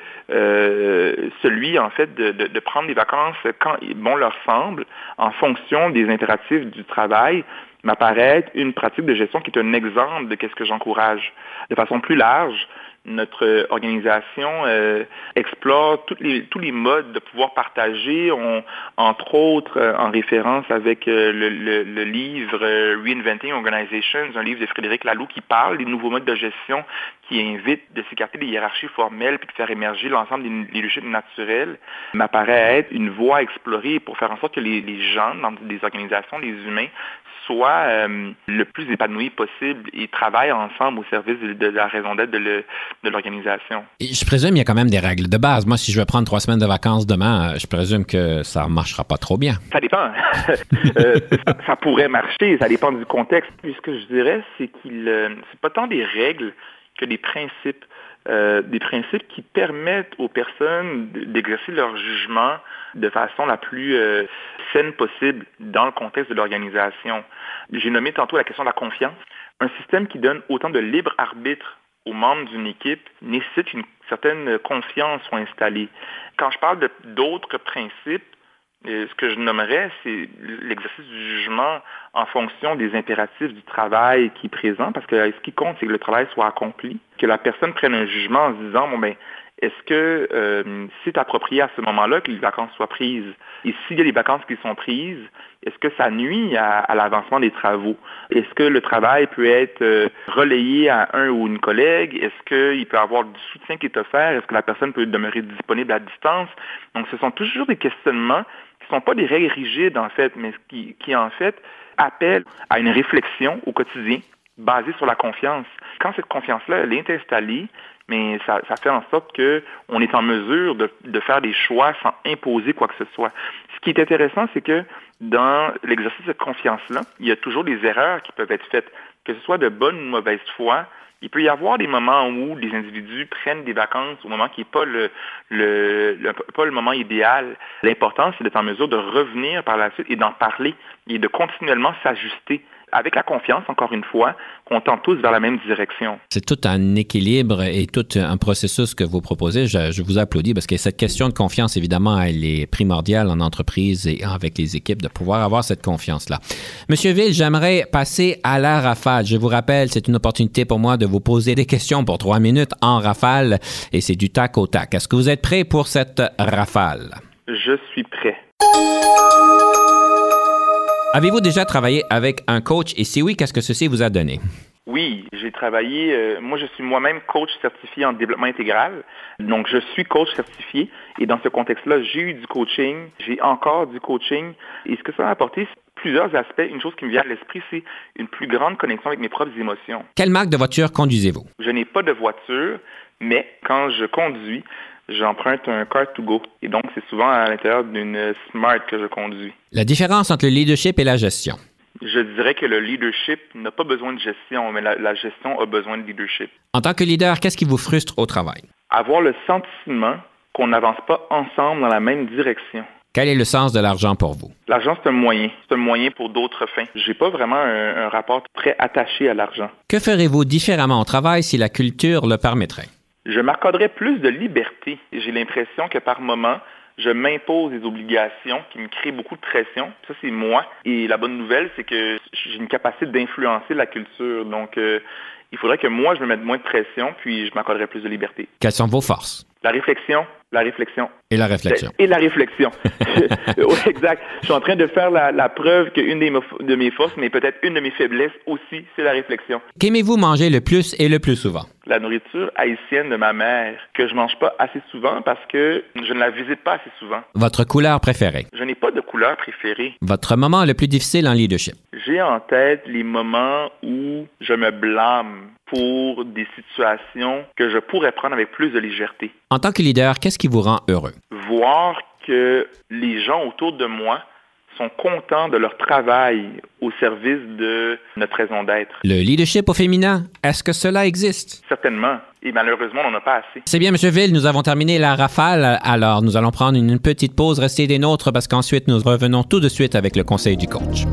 euh, celui, en fait, de, de, de prendre des vacances quand bon leur semble, en fonction des impératifs du travail, m'apparaît une pratique de gestion qui est un exemple de qu'est-ce que j'encourage. De façon plus large, notre organisation euh, explore toutes les, tous les modes de pouvoir partager, on, entre autres euh, en référence avec euh, le, le, le livre euh, Reinventing Organizations, un livre de Frédéric Laloux qui parle des nouveaux modes de gestion, qui invite de s'écarter des hiérarchies formelles puis de faire émerger l'ensemble des leaderships naturels, m'apparaît être une voie à explorer pour faire en sorte que les, les gens dans des organisations, les humains, soient euh, le plus épanouis possible et travaillent ensemble au service de, de la raison d'être de, le, de l'organisation.
Et je présume qu'il y a quand même des règles de base. Moi, si je veux prendre trois semaines de vacances demain, je présume que ça ne marchera pas trop bien.
Ça dépend. euh, ça, ça pourrait marcher, ça dépend du contexte. Puis ce que je dirais, c'est qu'il euh, c'est pas tant des règles que des principes. Euh, des principes qui permettent aux personnes d'exercer leur jugement de façon la plus euh, saine possible dans le contexte de l'organisation. J'ai nommé tantôt la question de la confiance. Un système qui donne autant de libre arbitre aux membres d'une équipe nécessite qu'une certaine confiance soit installée. Quand je parle de, d'autres principes, Euh, ce que je nommerais, c'est l'exercice du jugement en fonction des impératifs du travail qui est présent, parce que ce qui compte, c'est que le travail soit accompli, que la personne prenne un jugement en se disant, bon ben, est-ce que euh, c'est approprié à ce moment-là que les vacances soient prises? Et s'il y a des vacances qui sont prises, est-ce que ça nuit à, à l'avancement des travaux? Est-ce que le travail peut être euh, relayé à un ou une collègue? Est-ce qu'il peut y avoir du soutien qui est offert? Est-ce que la personne peut demeurer disponible à distance? Donc, ce sont toujours des questionnements qui ne sont pas des règles rigides, en fait, mais qui, qui, en fait, appellent à une réflexion au quotidien basée sur la confiance. Quand cette confiance-là, elle est installée, mais ça, ça fait en sorte qu'on est en mesure de, de faire des choix sans imposer quoi que ce soit. Ce qui est intéressant, c'est que dans l'exercice de confiance-là, il y a toujours des erreurs qui peuvent être faites, que ce soit de bonne ou mauvaise foi. Il peut y avoir des moments où les individus prennent des vacances au moment qui n'est pas le, le, le, pas le moment idéal. L'important, c'est d'être en mesure de revenir par la suite et d'en parler et de continuellement s'ajuster avec la confiance, encore une fois, qu'on tend tous vers la même direction.
C'est tout un équilibre et tout un processus que vous proposez. Je, je vous applaudis parce que cette question de confiance, évidemment, elle est primordiale en entreprise et avec les équipes de pouvoir avoir cette confiance-là. Monsieur Ville, j'aimerais passer à la rafale. Je vous rappelle, c'est une opportunité pour moi de vous poser des questions pour trois minutes en rafale et c'est du tac au tac. Est-ce que vous êtes prêt pour cette rafale?
Je suis prêt.
Avez-vous déjà travaillé avec un coach et si oui, qu'est-ce que ceci vous a donné?
Oui, j'ai travaillé, euh, moi je suis moi-même coach certifié en développement intégral, donc je suis coach certifié et dans ce contexte-là, j'ai eu du coaching, j'ai encore du coaching et ce que ça a apporté, c'est plusieurs aspects. Une chose qui me vient à l'esprit, c'est une plus grande connexion avec mes propres émotions.
Quelle marque de voiture conduisez-vous?
Je n'ai pas de voiture, mais quand je conduis, j'emprunte un car to go. Et donc, c'est souvent à l'intérieur d'une Smart que je conduis.
La différence entre le leadership et la gestion?
Je dirais que le leadership n'a pas besoin de gestion, mais la, la gestion a besoin de leadership.
En tant que leader, qu'est-ce qui vous frustre au travail?
Avoir le sentiment qu'on n'avance pas ensemble dans la même direction.
Quel est le sens de l'argent pour vous?
L'argent, c'est un moyen. C'est un moyen pour d'autres fins. J'ai pas vraiment un, un rapport très attaché à l'argent.
Que ferez-vous différemment au travail si la culture le permettrait?
Je m'accorderais plus de liberté. J'ai l'impression que par moment, je m'impose des obligations qui me créent beaucoup de pression. Ça, c'est moi. Et la bonne nouvelle, c'est que j'ai une capacité d'influencer la culture. Donc, euh, il faudrait que moi, je me mette moins de pression, puis je m'accorderais plus de liberté.
Quelles sont vos forces?
La réflexion, la réflexion.
Et la réflexion.
Et la réflexion. Oui, exact. Je suis en train de faire la, la preuve qu'une des de mes forces, mais peut-être une de mes faiblesses aussi, c'est la réflexion.
Qu'aimez-vous manger le plus et le plus souvent?
La nourriture haïtienne de ma mère, que je mange pas assez souvent parce que je ne la visite pas assez souvent.
Votre couleur préférée?
Je n'ai pas de couleur préférée.
Votre moment le plus difficile en leadership?
J'ai en tête les moments où je me blâme pour des situations que je pourrais prendre avec plus de légèreté.
En tant que leader, qu'est-ce qui vous rend heureux?
Voir que les gens autour de moi sont contents de leur travail au service de notre raison d'être.
Le leadership au féminin, est-ce que cela existe?
Certainement. Et malheureusement, on n'en a pas assez.
C'est bien, M. Ville, nous avons terminé la rafale. Alors, nous allons prendre une petite pause. Restez des nôtres parce qu'ensuite, nous revenons tout de suite avec le conseil du coach.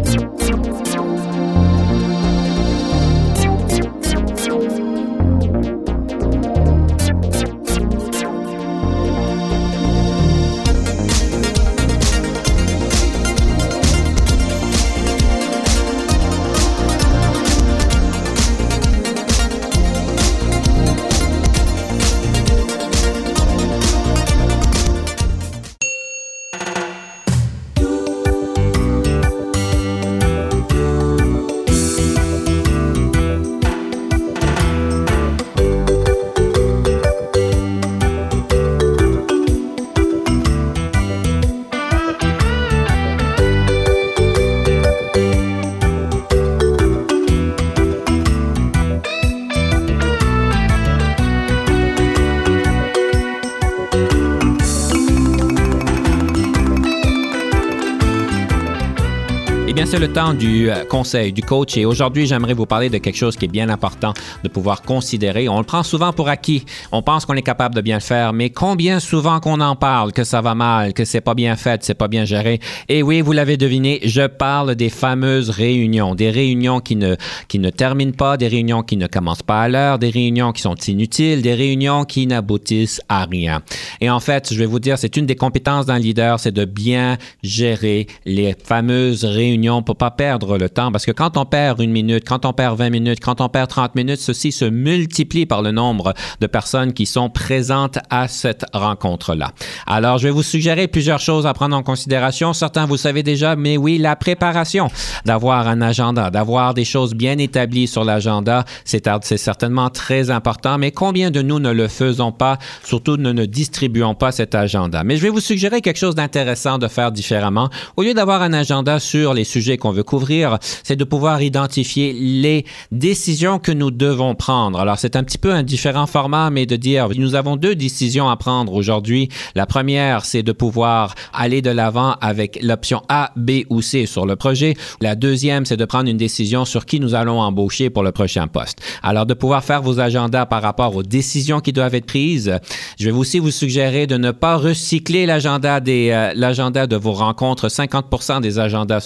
Eh bien, c'est le temps du euh, conseil, du coach. Et aujourd'hui, j'aimerais vous parler de quelque chose qui est bien important de pouvoir considérer. On le prend souvent pour acquis. On pense qu'on est capable de bien le faire, mais combien souvent qu'on en parle, que ça va mal, que c'est pas bien fait, c'est pas bien géré. Et oui, vous l'avez deviné, je parle des fameuses réunions. Des réunions qui ne, qui ne terminent pas, des réunions qui ne commencent pas à l'heure, des réunions qui sont inutiles, des réunions qui n'aboutissent à rien. Et en fait, je vais vous dire, c'est une des compétences d'un leader, c'est de bien gérer les fameuses réunions pour pas perdre le temps. Parce que quand on perd une minute, quand on perd vingt minutes, quand on perd trente minutes, ceci se multiplie par le nombre de personnes qui sont présentes à cette rencontre-là. Alors, je vais vous suggérer plusieurs choses à prendre en considération. Certains, vous le savez déjà, mais oui, la préparation, d'avoir un agenda, d'avoir des choses bien établies sur l'agenda, c'est, c'est certainement très important. Mais combien de nous ne le faisons pas, surtout ne, ne distribuons pas cet agenda? Mais je vais vous suggérer quelque chose d'intéressant de faire différemment. Au lieu d'avoir un agenda sur les sujets qu'on veut couvrir, c'est de pouvoir identifier les décisions que nous devons prendre. Alors, c'est un petit peu un différent format, mais de dire, nous avons deux décisions à prendre aujourd'hui. La première, c'est de pouvoir aller de l'avant avec l'option A, B ou C sur le projet. La deuxième, c'est de prendre une décision sur qui nous allons embaucher pour le prochain poste. Alors, de pouvoir faire vos agendas par rapport aux décisions qui doivent être prises. Je vais aussi vous suggérer de ne pas recycler l'agenda des, euh, l'agenda de vos rencontres. cinquante pour cent des agendas sont recyclés.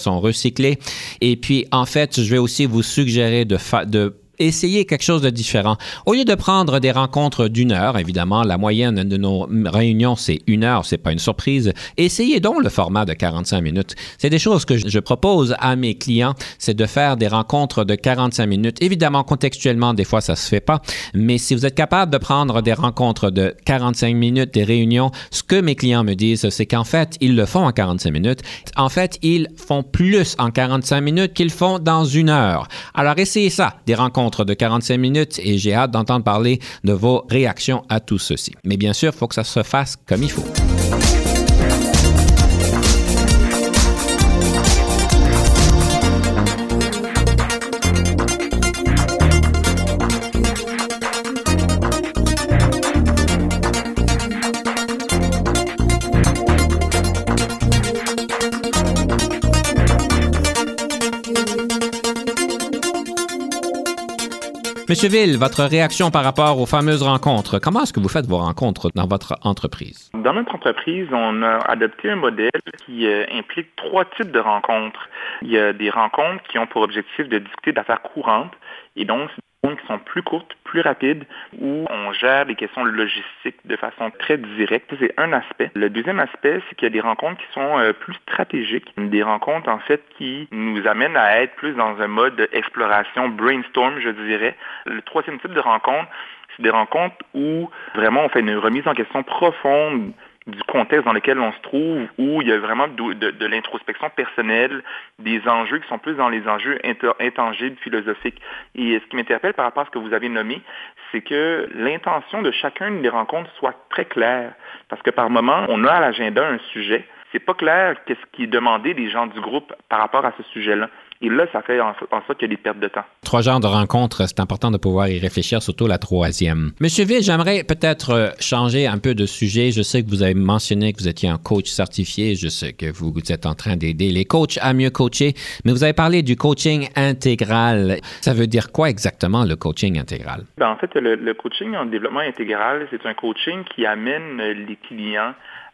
recycler. Et puis, en fait, je vais aussi vous suggérer de, fa- de essayez quelque chose de différent. Au lieu de prendre des rencontres d'une heure, évidemment, la moyenne de nos réunions, c'est une heure, c'est pas une surprise. Essayez donc le format de quarante-cinq minutes. C'est des choses que je propose à mes clients, c'est de faire des rencontres de quarante-cinq minutes. Évidemment, contextuellement, des fois, ça se fait pas, mais si vous êtes capable de prendre des rencontres de quarante-cinq minutes, des réunions, ce que mes clients me disent, c'est qu'en fait, ils le font en quarante-cinq minutes. En fait, ils font plus en quarante-cinq minutes qu'ils font dans une heure. Alors, essayez ça, des rencontres de quarante-cinq minutes et j'ai hâte d'entendre parler de vos réactions à tout ceci. Mais bien sûr, il faut que ça se fasse comme il faut. Monsieur Ville, votre réaction par rapport aux fameuses rencontres, comment est-ce que vous faites vos rencontres dans votre entreprise?
Dans notre entreprise, on a adopté un modèle qui euh, implique trois types de rencontres. Il y a des rencontres qui ont pour objectif de discuter d'affaires courantes et donc c'est des rencontres qui sont plus courtes, plus rapides, où on gère des questions logistiques de façon très directe. C'est un aspect. Le deuxième aspect, c'est qu'il y a des rencontres qui sont euh, plus stratégiques, des rencontres en fait qui nous amènent à être plus dans un mode d'exploration, brainstorm, je dirais. Le troisième type de rencontre, c'est des rencontres où vraiment on fait une remise en question profonde du contexte dans lequel on se trouve, où il y a vraiment de, de, de l'introspection personnelle, des enjeux qui sont plus dans les enjeux inter, intangibles, philosophiques. Et ce qui m'interpelle par rapport à ce que vous avez nommé, c'est que l'intention de chacune des rencontres soit très claire. Parce que par moment, on a à l'agenda un sujet, c'est pas clair qu'est-ce qui est demandé des gens du groupe par rapport à ce sujet-là. Et là, ça fait en, en sorte qu'il y a des pertes de temps.
Trois genres de rencontres, c'est important de pouvoir y réfléchir, surtout la troisième. Monsieur Ville, j'aimerais peut-être changer un peu de sujet. Je sais que vous avez mentionné que vous étiez un coach certifié. Je sais que vous êtes en train d'aider les coachs à mieux coacher. Mais vous avez parlé du coaching intégral. Ça veut dire quoi exactement, le coaching intégral?
Ben, en fait, le, le coaching en développement intégral, c'est un coaching qui amène les clients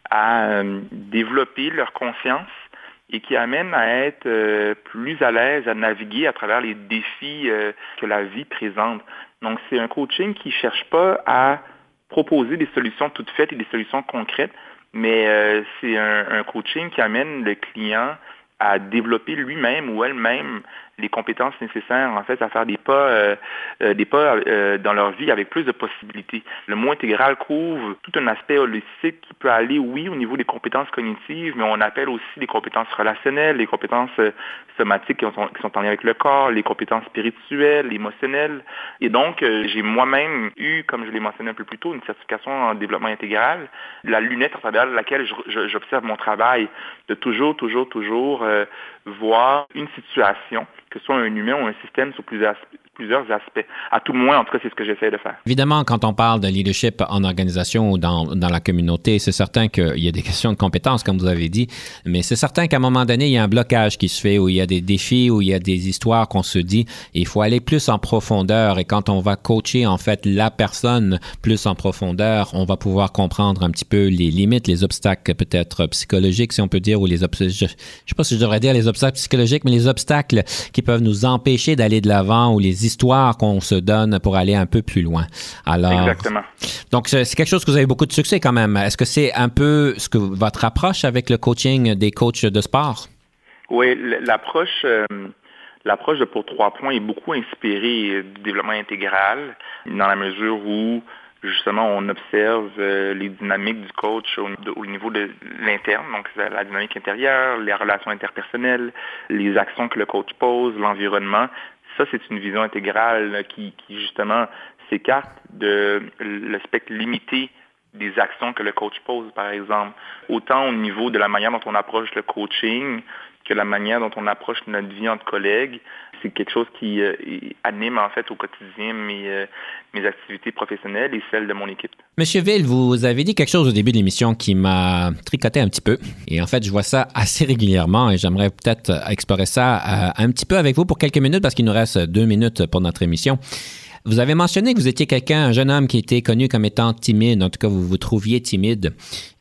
à euh, développer leur conscience et qui amène à être euh, plus à l'aise à naviguer à travers les défis euh, que la vie présente. Donc, c'est un coaching qui ne cherche pas à proposer des solutions toutes faites et des solutions concrètes, mais euh, c'est un, un coaching qui amène le client à développer lui-même ou elle-même les compétences nécessaires, en fait, à faire des pas, euh, euh, des pas euh, dans leur vie avec plus de possibilités. Le mot intégral couvre tout un aspect holistique qui peut aller, oui, au niveau des compétences cognitives, mais on appelle aussi les compétences relationnelles, les compétences euh, somatiques qui sont, qui sont en lien avec le corps, les compétences spirituelles, émotionnelles. Et donc, euh, j'ai moi-même eu, comme je l'ai mentionné un peu plus tôt, une certification en développement intégral, la lunette à travers laquelle je, je, j'observe mon travail, de toujours, toujours, toujours euh, voir une situation, que ce soit un humain ou un système, sur plusieurs, plusieurs aspects. À tout le moins, en tout cas, c'est ce que j'essaie de faire.
Évidemment, quand on parle de leadership en organisation ou dans, dans la communauté, c'est certain qu'il y a des questions de compétences, comme vous avez dit, mais c'est certain qu'à un moment donné, il y a un blocage qui se fait, où il y a des défis, où il y a des histoires qu'on se dit, et il faut aller plus en profondeur. Et quand on va coacher, en fait, la personne plus en profondeur, on va pouvoir comprendre un petit peu les limites, les obstacles peut-être psychologiques, si on peut dire, ou les obstacles, je ne sais pas si je devrais dire les obstacles psychologiques, mais les obstacles qui peuvent nous empêcher d'aller de l'avant, ou les histoires qu'on se donne pour aller un peu plus loin. Alors,
exactement.
Donc, c'est quelque chose que vous avez beaucoup de succès quand même. Est-ce que c'est un peu ce que votre approche avec le coaching des coachs de sport?
Oui, l'approche, euh, l'approche de Pour trois points est beaucoup inspirée du développement intégral, dans la mesure où justement, on observe euh, les dynamiques du coach au, de, au niveau de l'interne, donc la dynamique intérieure, les relations interpersonnelles, les actions que le coach pose, l'environnement. Ça, c'est une vision intégrale là, qui, qui, justement, s'écarte de le spectre limité des actions que le coach pose, par exemple. Autant au niveau de la manière dont on approche le coaching que la manière dont on approche notre vie entre collègues. C'est quelque chose qui euh, anime, en fait, au quotidien mes, euh, mes activités professionnelles et celles de mon équipe.
Monsieur Ville, vous avez dit quelque chose au début de l'émission qui m'a tricoté un petit peu. Et en fait, je vois ça assez régulièrement et j'aimerais peut-être explorer ça euh, un petit peu avec vous pour quelques minutes parce qu'il nous reste deux minutes pour notre émission. Vous avez mentionné que vous étiez quelqu'un, un jeune homme qui était connu comme étant timide, en tout cas vous vous trouviez timide.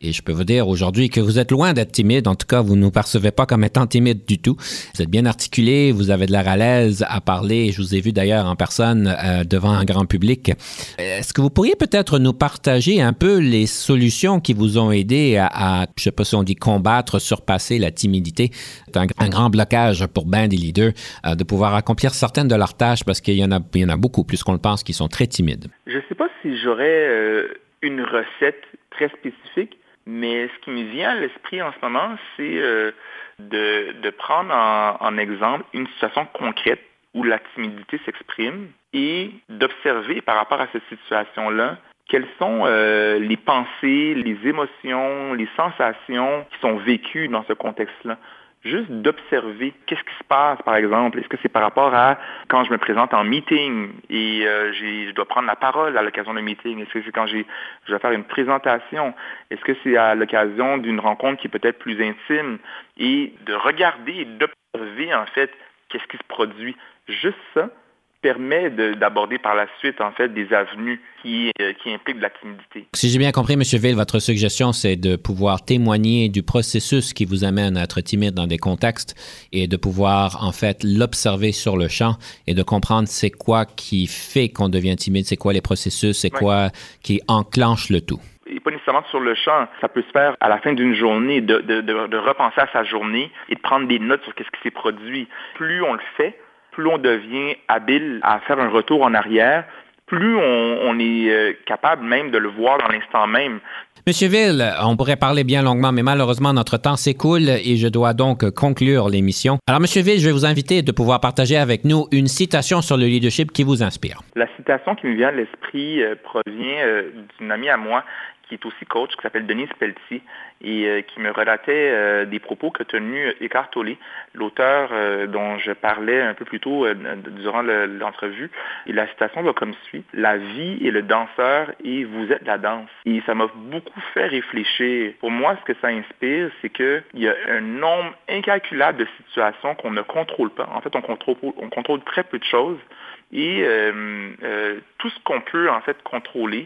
Et je peux vous dire aujourd'hui que vous êtes loin d'être timide. En tout cas, vous ne nous percevez pas comme étant timide du tout. Vous êtes bien articulé, vous avez de l'air à l'aise à parler. Je vous ai vu d'ailleurs en personne euh, devant un grand public. Est-ce que vous pourriez peut-être nous partager un peu les solutions qui vous ont aidé à, à je ne sais pas si on dit combattre, surpasser la timidité? C'est un, un grand blocage pour bien des leaders euh, de pouvoir accomplir certaines de leurs tâches parce qu'il y en a, il y en a beaucoup, plus qu'on le pense, qui sont très timides.
Je ne sais pas si j'aurais euh, une recette très spécifique, mais ce qui me vient à l'esprit en ce moment, c'est euh, de, de prendre en, en exemple une situation concrète où la timidité s'exprime et d'observer par rapport à cette situation-là quelles sont euh, les pensées, les émotions, les sensations qui sont vécues dans ce contexte-là. Juste d'observer qu'est-ce qui se passe, par exemple. Est-ce que c'est par rapport à quand je me présente en meeting et euh, j'ai, je dois prendre la parole à l'occasion d'un meeting? Est-ce que c'est quand j'ai, je dois faire une présentation? Est-ce que c'est à l'occasion d'une rencontre qui est peut-être plus intime? Et de regarder et d'observer, en fait, qu'est-ce qui se produit. Juste ça permet de, d'aborder par la suite, en fait, des avenues qui, euh, qui impliquent de la timidité.
Si j'ai bien compris, M. Ville, votre suggestion, c'est de pouvoir témoigner du processus qui vous amène à être timide dans des contextes et de pouvoir, en fait, l'observer sur le champ et de comprendre c'est quoi qui fait qu'on devient timide, c'est quoi les processus, c'est ouais. quoi qui enclenche le tout.
Et pas nécessairement sur le champ. Ça peut se faire à la fin d'une journée, de, de, de, de repenser à sa journée et de prendre des notes sur ce qui s'est produit. Plus on le fait, plus on devient habile à faire un retour en arrière, plus on, on est euh, capable même de le voir dans l'instant même.
Monsieur Ville, on pourrait parler bien longuement, mais malheureusement, notre temps s'écoule et je dois donc conclure l'émission. Alors, Monsieur Ville, je vais vous inviter de pouvoir partager avec nous une citation sur le leadership qui vous inspire.
La citation qui me vient à l'esprit euh, provient euh, d'une amie à moi qui est aussi coach, qui s'appelle Denise Pelletier, et euh, qui me relatait euh, des propos qu'a tenus Eckhart Tolle, l'auteur euh, dont je parlais un peu plus tôt euh, durant le, l'entrevue. Et la citation va comme suit: « La vie est le danseur et vous êtes la danse. » Et ça m'a beaucoup fait réfléchir. Pour moi, ce que ça inspire, c'est qu'il y a un nombre incalculable de situations qu'on ne contrôle pas. En fait, on contrôle, on contrôle très peu de choses. Et euh, euh, tout ce qu'on peut en fait contrôler,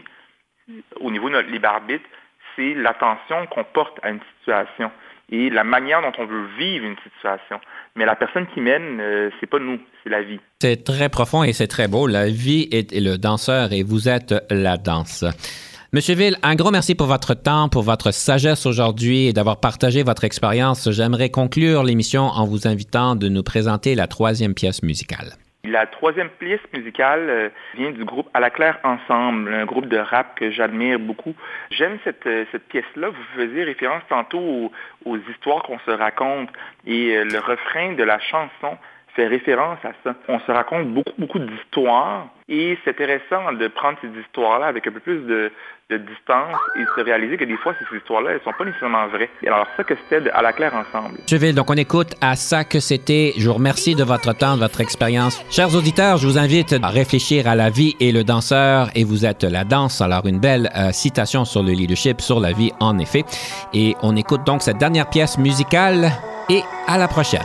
au niveau de notre libre arbitre, c'est l'attention qu'on porte à une situation et la manière dont on veut vivre une situation. Mais la personne qui mène, euh, c'est pas nous, c'est la vie.
C'est très profond et c'est très beau. La vie est le danseur et vous êtes la danse. Monsieur Ville, un gros merci pour votre temps, pour votre sagesse aujourd'hui et d'avoir partagé votre expérience. J'aimerais conclure l'émission en vous invitant de nous présenter la troisième pièce musicale.
La troisième pièce musicale euh, vient du groupe À la Claire Ensemble, un groupe de rap que j'admire beaucoup. J'aime cette, euh, cette pièce-là. Vous faisiez référence tantôt aux, aux histoires qu'on se raconte et euh, le refrain de la chanson fait référence à ça. On se raconte beaucoup, beaucoup d'histoires et c'est intéressant de prendre ces histoires-là avec un peu plus de, de distance et se réaliser que des fois, ces histoires-là, elles ne sont pas nécessairement vraies. Et alors, ça que c'était de À la Claire Ensemble.
Monsieur Ville, donc on écoute À ça que c'était. Je vous remercie de votre temps, de votre expérience. Chers auditeurs, je vous invite à réfléchir à la vie et le danseur et vous êtes la danse. Alors, une belle euh, citation sur le leadership, sur la vie, en effet. Et on écoute donc cette dernière pièce musicale et à la prochaine.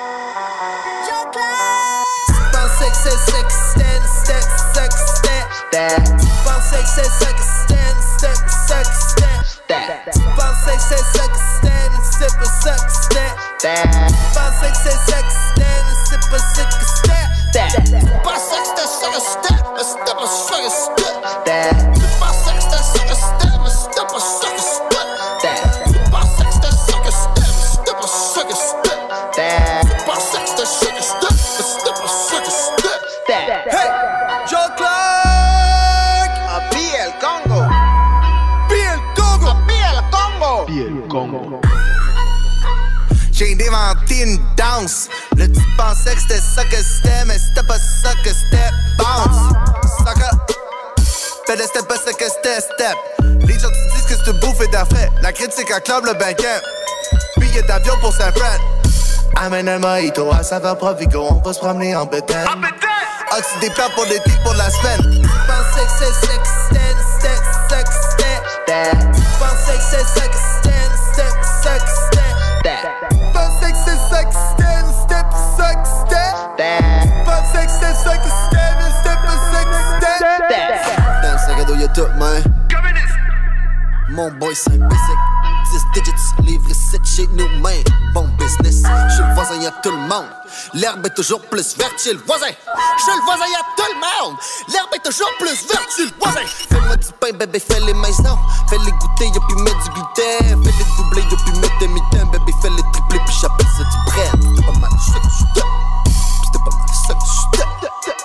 Six, six, stand, step, suck, step, that. Bounce, six, six, suck, stand, step, suck, step, that. Bounce, six, six, suck, stand, sip, suck, step, that. Bounce, six, six, suck, stand, sip, suck, step, that. Bounce, six, six, suck, step, step, suck, step, that. Bounce, six, six, suck, step, step, suck, step, that. Bounce, six, six, suck, step, step, suck, step, that. Bounce, six, six, suck, step, step, suck, step. Hey, Joe Clark, a P L Congo, P L Congo, a P L Congo, P L Congo. J'ai inventé une danse. Le type pensait que c'était ça que c'était, mais c'était pas ça que c'était. Bounce, sucker. Fais le step, pas ça que c'était, step. Les gens te disent que c'est une bouffe d'affaires. La critique acclame le banquet. Billet d'avion pour Saint-Fred. Amène un mojito à saveur Provigo, on va se promener en bétail. Oxy des plans pour l'été, pour la semaine. Pense que c'est sex, stand, step, suck, step, that. Pense que c'est sex, stand, step, suck, step, that. Pense que c'est sex, stand, step, suck, step, that. Pense que c'est sex, stand, step, suck, step, that. Dans le sac à dos y'a tout, man. Mon boy c'est un basic. six digits, livre sept chez nous, main. Bon business, chez le voisin, y'a tout le monde. L'herbe est toujours plus verte chez le voisin. Chez le voisin, y'a tout le monde. L'herbe est toujours plus verte chez le voisin. Fais-moi du pain, bébé, fais-les maisons. Fais-les goûter, y'a puis mettre du gluten. Fais-les doubler, y'a puis mettre des mitaines. Bébé, fais-les tripler, puis j'appelle ça du brand. C'était pas mal ça que tu t'es. C'était pas mal ça que tu t'es.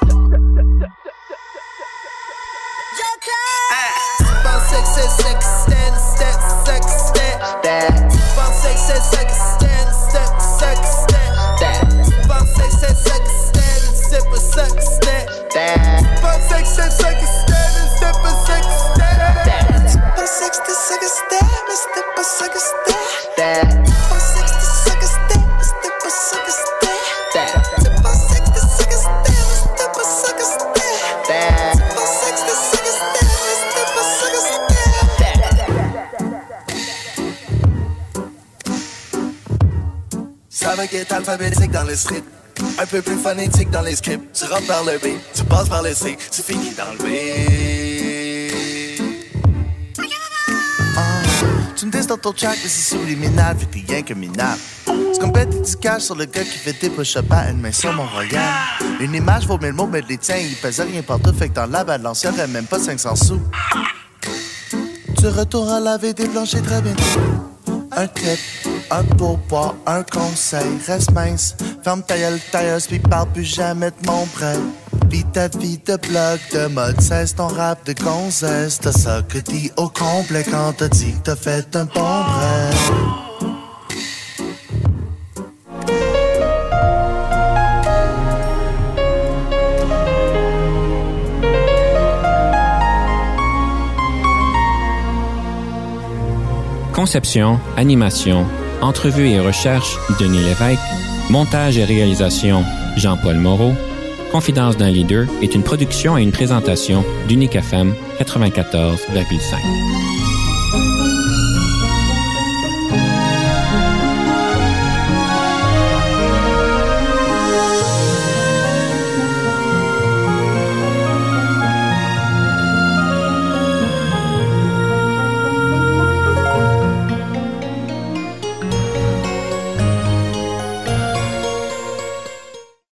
Tu pensais que c'est sex, stand, step, sex, step. Tu pensais que c'est sex, stand, step, sex, step. Tu pensais que c'est sex, stand, step, sex, step. Tu pensais que c'est sex, stand, step, sex, step. Tu pensais que c'était sex, step, mais c'était pas sex, step. Tu pensais que c'était sex, step, mais c'était pas sex, step. Tu pensais que c'était sex, step, mais c'était pas sex, step. Tu pensais que c'était sex, step. Ça va qu'être alphabétique dans le strip, un peu plus phonétique dans les scripts. Tu rentres par le B, tu passes par le C, tu finis dans le B. Oh, tu me dis dans ton track que c'est subliminal, fait que t'es rien que minable. C'est comme bête et tu caches sur le gars qui fait des push-ups à une main sur mon royal. Une image vaut mille mots, mais les tiens, ils pèsent rien partout, fait que dans la balance, y'aurait même pas cinq cents sous. Tu retournes à laver des planchers très bientôt. Un tip, un pourboire, un conseil, reste mince. Ferme ta gueule, tailleuse, pis parle plus jamais de mon prêt. Pis ta vie de blog, de mode, cesse ton rap de gonzesse. T'as ça que dit au complet quand t'as dit que t'as fait un bon bref.
Conception, animation, entrevue et recherche, Denis Lévesque. Montage et réalisation, Jean-Paul Moreau. Confidence d'un leader est une production et une présentation d'Unique F M quatre-vingt-quatorze virgule cinq.